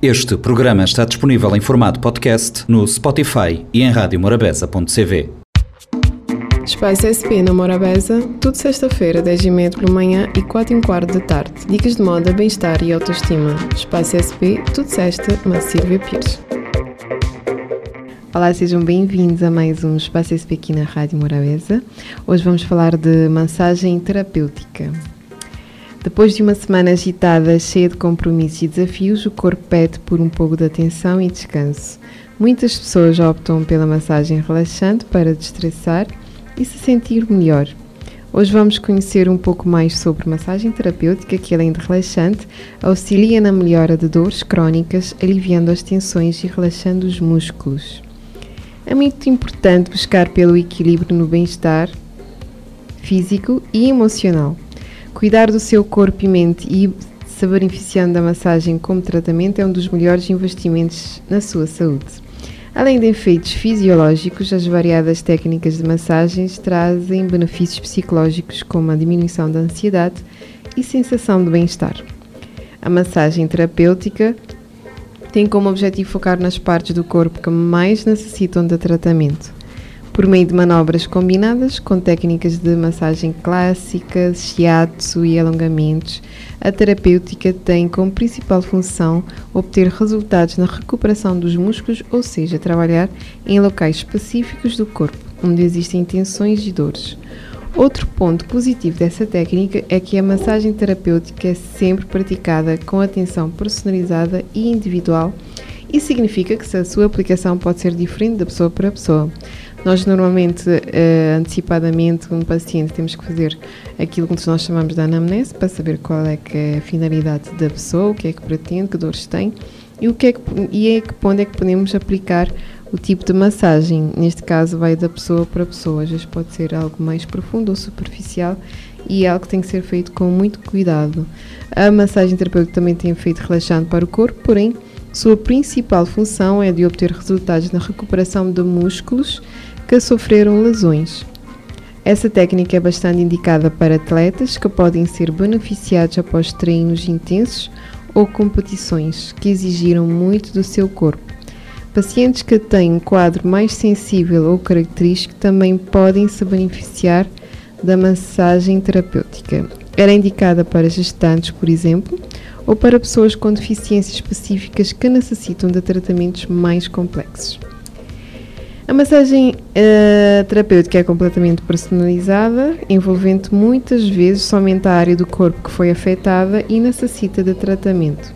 Este programa está disponível em formato podcast no Spotify e em radiomorabeza.cv. Espaço SP na Morabeza, tudo sexta-feira, 10h30 pela manhã e 4h15 da tarde. Dicas de moda, bem-estar e autoestima. Espaço SP, tudo sexta, na Silvia Pires. Olá, sejam bem-vindos a mais um Espaço SP aqui na Rádio Morabeza. Hoje vamos falar de massagem terapêutica. Depois de uma semana agitada, cheia de compromissos e desafios, o corpo pede por um pouco de atenção e descanso. Muitas pessoas optam pela massagem relaxante para destressar e se sentir melhor. Hoje vamos conhecer um pouco mais sobre massagem terapêutica, que além de relaxante, auxilia na melhora de dores crónicas, aliviando as tensões e relaxando os músculos. É muito importante buscar pelo equilíbrio no bem-estar físico e emocional. Cuidar do seu corpo e mente e se beneficiando da massagem como tratamento é um dos melhores investimentos na sua saúde. Além de efeitos fisiológicos, as variadas técnicas de massagens trazem benefícios psicológicos como a diminuição da ansiedade e sensação de bem-estar. A massagem terapêutica tem como objetivo focar nas partes do corpo que mais necessitam de tratamento. Por meio de manobras combinadas com técnicas de massagem clássicas, shiatsu e alongamentos, a terapêutica tem como principal função obter resultados na recuperação dos músculos, ou seja, trabalhar em locais específicos do corpo, onde existem tensões e dores. Outro ponto positivo dessa técnica é que a massagem terapêutica é sempre praticada com atenção personalizada e individual, e significa que a sua aplicação pode ser diferente da pessoa para pessoa. Nós normalmente, antecipadamente, um paciente, temos que fazer aquilo que nós chamamos de anamnese para saber qual é que é a finalidade da pessoa, o que é que pretende, que dores tem e a que ponto é que podemos aplicar o tipo de massagem. Neste caso vai da pessoa para pessoa, às vezes pode ser algo mais profundo ou superficial e é algo que tem que ser feito com muito cuidado. A massagem terapêutica também tem efeito relaxante para o corpo, porém sua principal função é de obter resultados na recuperação de músculos que sofreram lesões. Essa técnica é bastante indicada para atletas que podem ser beneficiados após treinos intensos ou competições que exigiram muito do seu corpo. Pacientes que têm um quadro mais sensível ou característico também podem se beneficiar da massagem terapêutica. Era indicada para gestantes, por exemplo, ou para pessoas com deficiências específicas que necessitam de tratamentos mais complexos. A massagem terapêutica é completamente personalizada, envolvendo muitas vezes somente a área do corpo que foi afetada e necessita de tratamento.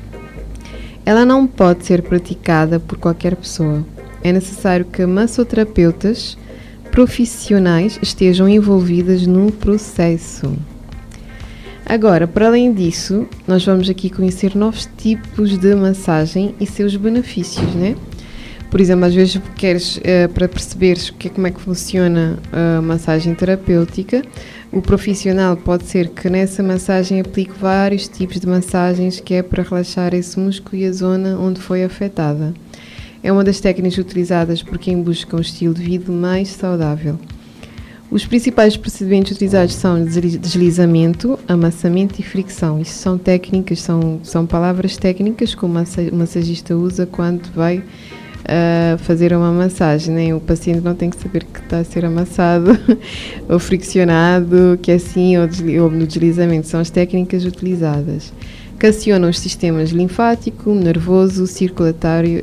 Ela não pode ser praticada por qualquer pessoa. É necessário que massoterapeutas profissionais estejam envolvidas no processo. Agora, para além disso, nós vamos aqui conhecer novos tipos de massagem e seus benefícios, né? Por exemplo, às vezes queres, para perceberes como é que funciona a massagem terapêutica, o profissional pode ser que nessa massagem aplique vários tipos de massagens que é para relaxar esse músculo e a zona onde foi afetada. É uma das técnicas utilizadas por quem busca um estilo de vida mais saudável. Os principais procedimentos utilizados são deslizamento, amassamento e fricção. Isto são técnicas, são palavras técnicas que o massagista usa quando vai fazer uma massagem, né? O paciente não tem que saber que está a ser amassado ou friccionado, que é assim, ou no deslizamento. São as técnicas utilizadas. Que acionam os sistemas linfático, nervoso, circulatório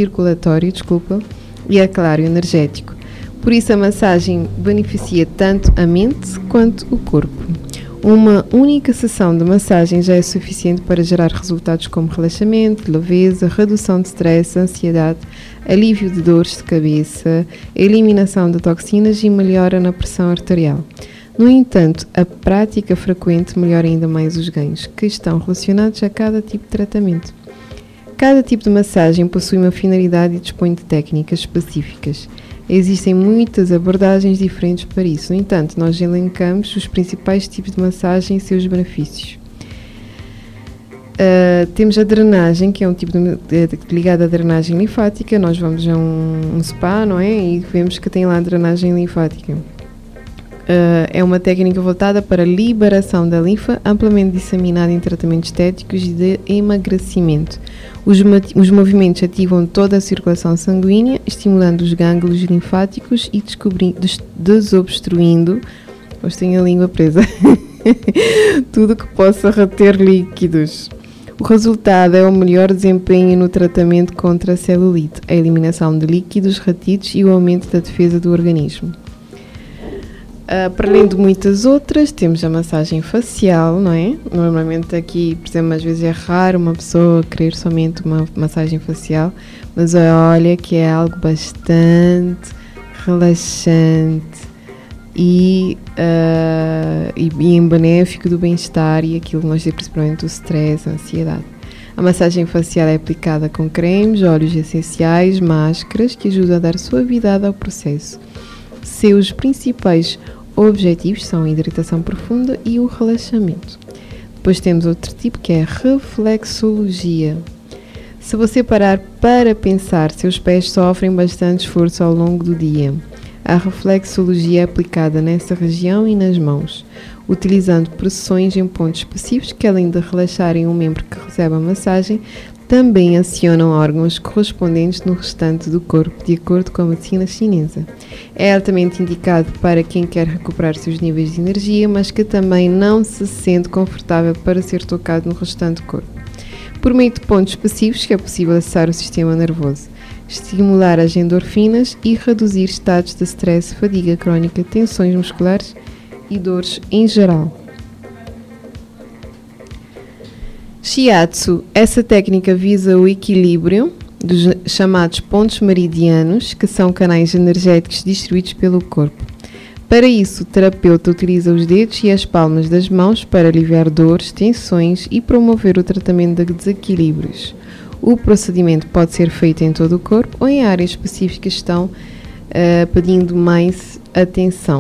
e claro, energético. Por isso a massagem beneficia tanto a mente quanto o corpo. Uma única sessão de massagem já é suficiente para gerar resultados como relaxamento, leveza, redução de stress, ansiedade, alívio de dores de cabeça, eliminação de toxinas e melhora na pressão arterial. No entanto, a prática frequente melhora ainda mais os ganhos, que estão relacionados a cada tipo de tratamento. Cada tipo de massagem possui uma finalidade e dispõe de técnicas específicas. Existem muitas abordagens diferentes para isso. No entanto, nós elencamos os principais tipos de massagem e seus benefícios. Temos a drenagem, que é um tipo ligado à drenagem linfática. Nós vamos a um spa, não é? E vemos que tem lá a drenagem linfática. É uma técnica voltada para a liberação da linfa, amplamente disseminada em tratamentos estéticos e de emagrecimento. Os movimentos ativam toda a circulação sanguínea, estimulando os gânglios linfáticos e desobstruindo, hoje tenho a língua presa, tudo que possa reter líquidos. O resultado é o melhor desempenho no tratamento contra a celulite, a eliminação de líquidos retidos e o aumento da defesa do organismo. Para além de muitas outras, temos a massagem facial, não é? Normalmente aqui, por exemplo, às vezes é raro uma pessoa querer somente uma massagem facial, mas olha que é algo bastante relaxante e em benéfico do bem-estar e aquilo que nós temos, principalmente o stress, a ansiedade. A massagem facial é aplicada com cremes, óleos essenciais, máscaras que ajudam a dar suavidade ao processo. Seus principais objetivos são a hidratação profunda e o relaxamento. Depois temos outro tipo que é a reflexologia. Se você parar para pensar, seus pés sofrem bastante esforço ao longo do dia. A reflexologia é aplicada nessa região e nas mãos, utilizando pressões em pontos específicos que, além de relaxarem o membro que recebe a massagem, também acionam órgãos correspondentes no restante do corpo, de acordo com a medicina chinesa. É altamente indicado para quem quer recuperar seus níveis de energia, mas que também não se sente confortável para ser tocado no restante do corpo. Por meio de pontos específicos é possível acessar o sistema nervoso, estimular as endorfinas e reduzir estados de stress, fadiga crónica, tensões musculares e dores em geral. Shiatsu, essa técnica visa o equilíbrio dos chamados pontos meridianos, que são canais energéticos distribuídos pelo corpo. Para isso, o terapeuta utiliza os dedos e as palmas das mãos para aliviar dores, tensões e promover o tratamento de desequilíbrios. O procedimento pode ser feito em todo o corpo ou em áreas específicas que estão pedindo mais atenção.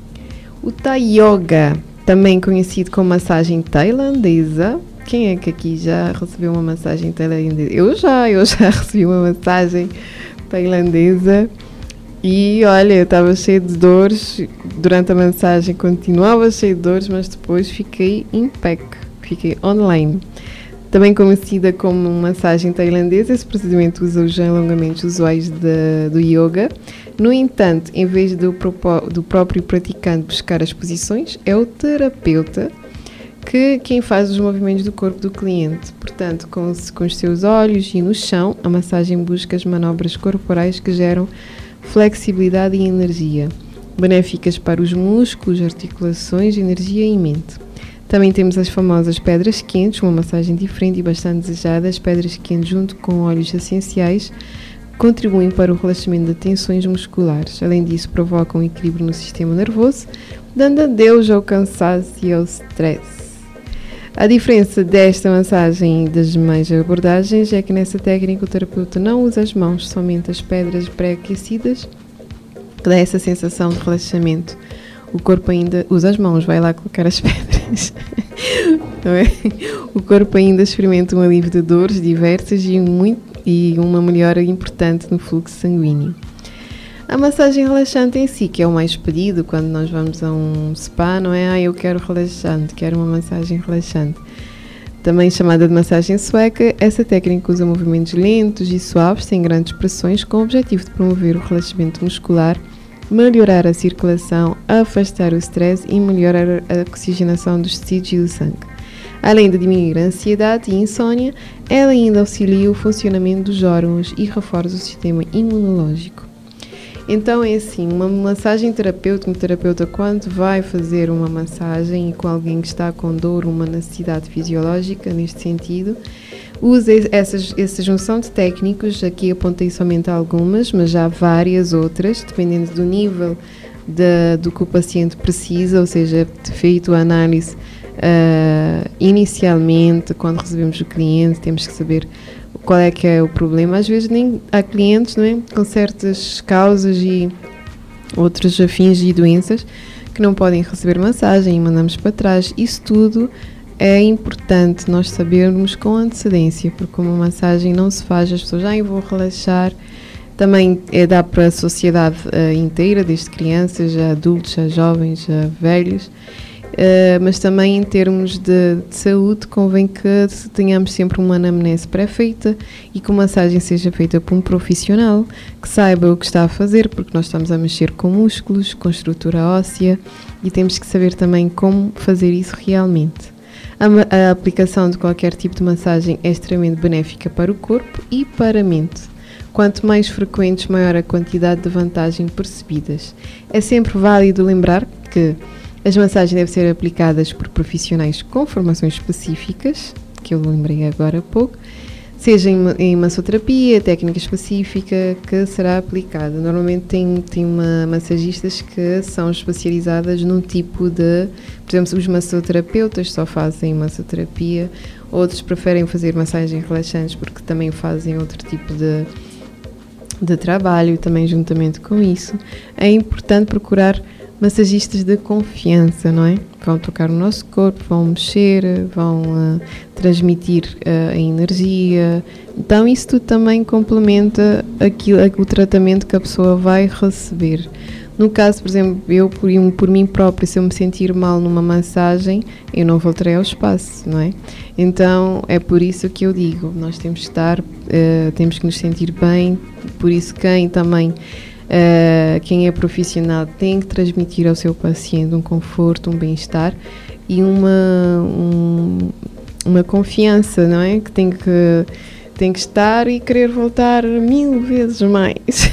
O Thai Yoga, também conhecido como massagem tailandesa. Quem é que aqui já recebeu uma massagem tailandesa? Eu já recebi uma massagem tailandesa e olha, eu estava cheia de dores durante a massagem, continuava cheia de dores, mas depois fiquei em pé, fiquei online. Também conhecida como massagem tailandesa, esse procedimento usa os alongamentos usuais do yoga. No entanto, em vez do próprio praticante buscar as posições, é o terapeuta quem faz os movimentos do corpo do cliente. Portanto, com os seus olhos e no chão, a massagem busca as manobras corporais que geram flexibilidade e energia, benéficas para os músculos, articulações, energia e mente. Também temos as famosas pedras quentes, uma massagem diferente e bastante desejada. As pedras quentes, junto com óleos essenciais, contribuem para o relaxamento de tensões musculares. Além disso, provocam um equilíbrio no sistema nervoso, dando adeus ao cansaço e ao stress. A diferença desta massagem e das demais abordagens é que nessa técnica o terapeuta não usa as mãos, somente as pedras pré-aquecidas, que dá essa sensação de relaxamento. O corpo ainda usa as mãos, vai lá colocar as pedras. Não é? O corpo ainda experimenta um alívio de dores diversas e uma melhora importante no fluxo sanguíneo. A massagem relaxante em si, que é o mais pedido quando nós vamos a um spa, não é? Eu quero relaxante, quero uma massagem relaxante. Também chamada de massagem sueca, essa técnica usa movimentos lentos e suaves, sem grandes pressões, com o objetivo de promover o relaxamento muscular, melhorar a circulação, afastar o stress e melhorar a oxigenação dos tecidos e do sangue. Além de diminuir a ansiedade e insônia, ela ainda auxilia o funcionamento dos órgãos e reforça o sistema imunológico. Então é assim, uma massagem terapêutica, um terapeuta quando vai fazer uma massagem com alguém que está com dor, uma necessidade fisiológica neste sentido, usa essa junção de técnicos, aqui apontei somente algumas, mas já há várias outras, dependendo do nível do que o paciente precisa, ou seja, feito a análise inicialmente, quando recebemos o cliente, temos que saber qual é que é o problema. Às vezes nem há clientes, não é, com certas causas e outros afins e doenças que não podem receber massagem e mandamos para trás. Isso tudo é importante nós sabermos com antecedência, porque uma massagem não se faz, as pessoas, eu vou relaxar, Também dá para a sociedade inteira, desde crianças a adultos, a jovens, a velhos. Mas também em termos de saúde convém que tenhamos sempre uma anamnese pré-feita e que a massagem seja feita por um profissional que saiba o que está a fazer, porque nós estamos a mexer com músculos, com estrutura óssea e temos que saber também como fazer isso realmente. A aplicação de qualquer tipo de massagem é extremamente benéfica para o corpo e para a mente. Quanto mais frequentes, maior a quantidade de vantagens percebidas. É sempre válido lembrar que as massagens devem ser aplicadas por profissionais com formações específicas, que eu lembrei agora há pouco, seja em massoterapia, técnica específica que será aplicada. Normalmente tem massagistas que são especializadas num tipo de... Por exemplo, os massoterapeutas só fazem massoterapia, outros preferem fazer massagens relaxantes porque também fazem outro tipo de trabalho também juntamente com isso. É importante procurar massagistas de confiança, não é? Vão tocar no nosso corpo, vão mexer, vão transmitir a energia. Então isso tudo também complementa o tratamento que a pessoa vai receber. No caso, por exemplo, eu por mim própria, se eu me sentir mal numa massagem, eu não voltarei ao espaço, não é? Então é por isso que eu digo, nós temos que temos que nos sentir bem, por isso quem é profissional tem que transmitir ao seu paciente um conforto, um bem-estar e uma confiança, não é? Que tem que estar e querer voltar 1000 vezes mais.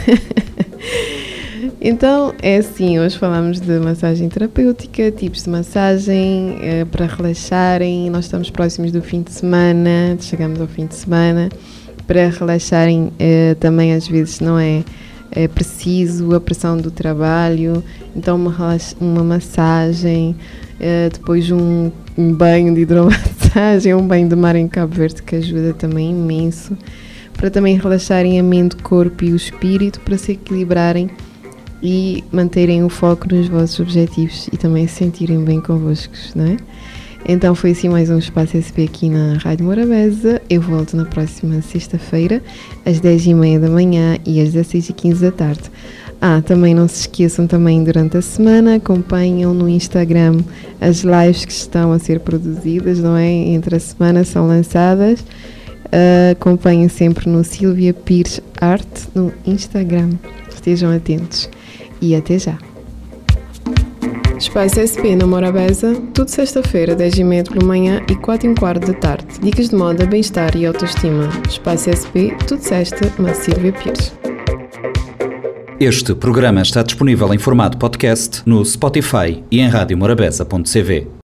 Então, é assim, hoje falamos de massagem terapêutica, tipos de massagem para relaxarem. Nós estamos próximos do fim de semana, chegamos ao fim de semana. Para relaxarem também às vezes não é preciso a pressão do trabalho, então uma massagem, depois um banho de hidromassagem, um banho de mar em Cabo Verde que ajuda também imenso, para também relaxarem a mente, o corpo e o espírito, para se equilibrarem e manterem o foco nos vossos objetivos e também se sentirem bem convosco, não é? Então foi assim mais um Espaço SP aqui na Rádio Morabeza. Eu volto na próxima sexta-feira, às 10h30 da manhã e às 16h15 da tarde. Também não se esqueçam também durante a semana, acompanham no Instagram as lives que estão a ser produzidas, não é? Entre a semana são lançadas. Acompanhem sempre no Silvia Pires Art no Instagram. Estejam atentos e até já. Espaço SP na Morabeza, tudo sexta-feira, 10h30 da manhã e 4h15 da tarde. Dicas de moda, bem-estar e autoestima. Espaço SP, tudo sexta, na Silvia Pires. Este programa está disponível em formato podcast no Spotify e em radiomorabeza.cv.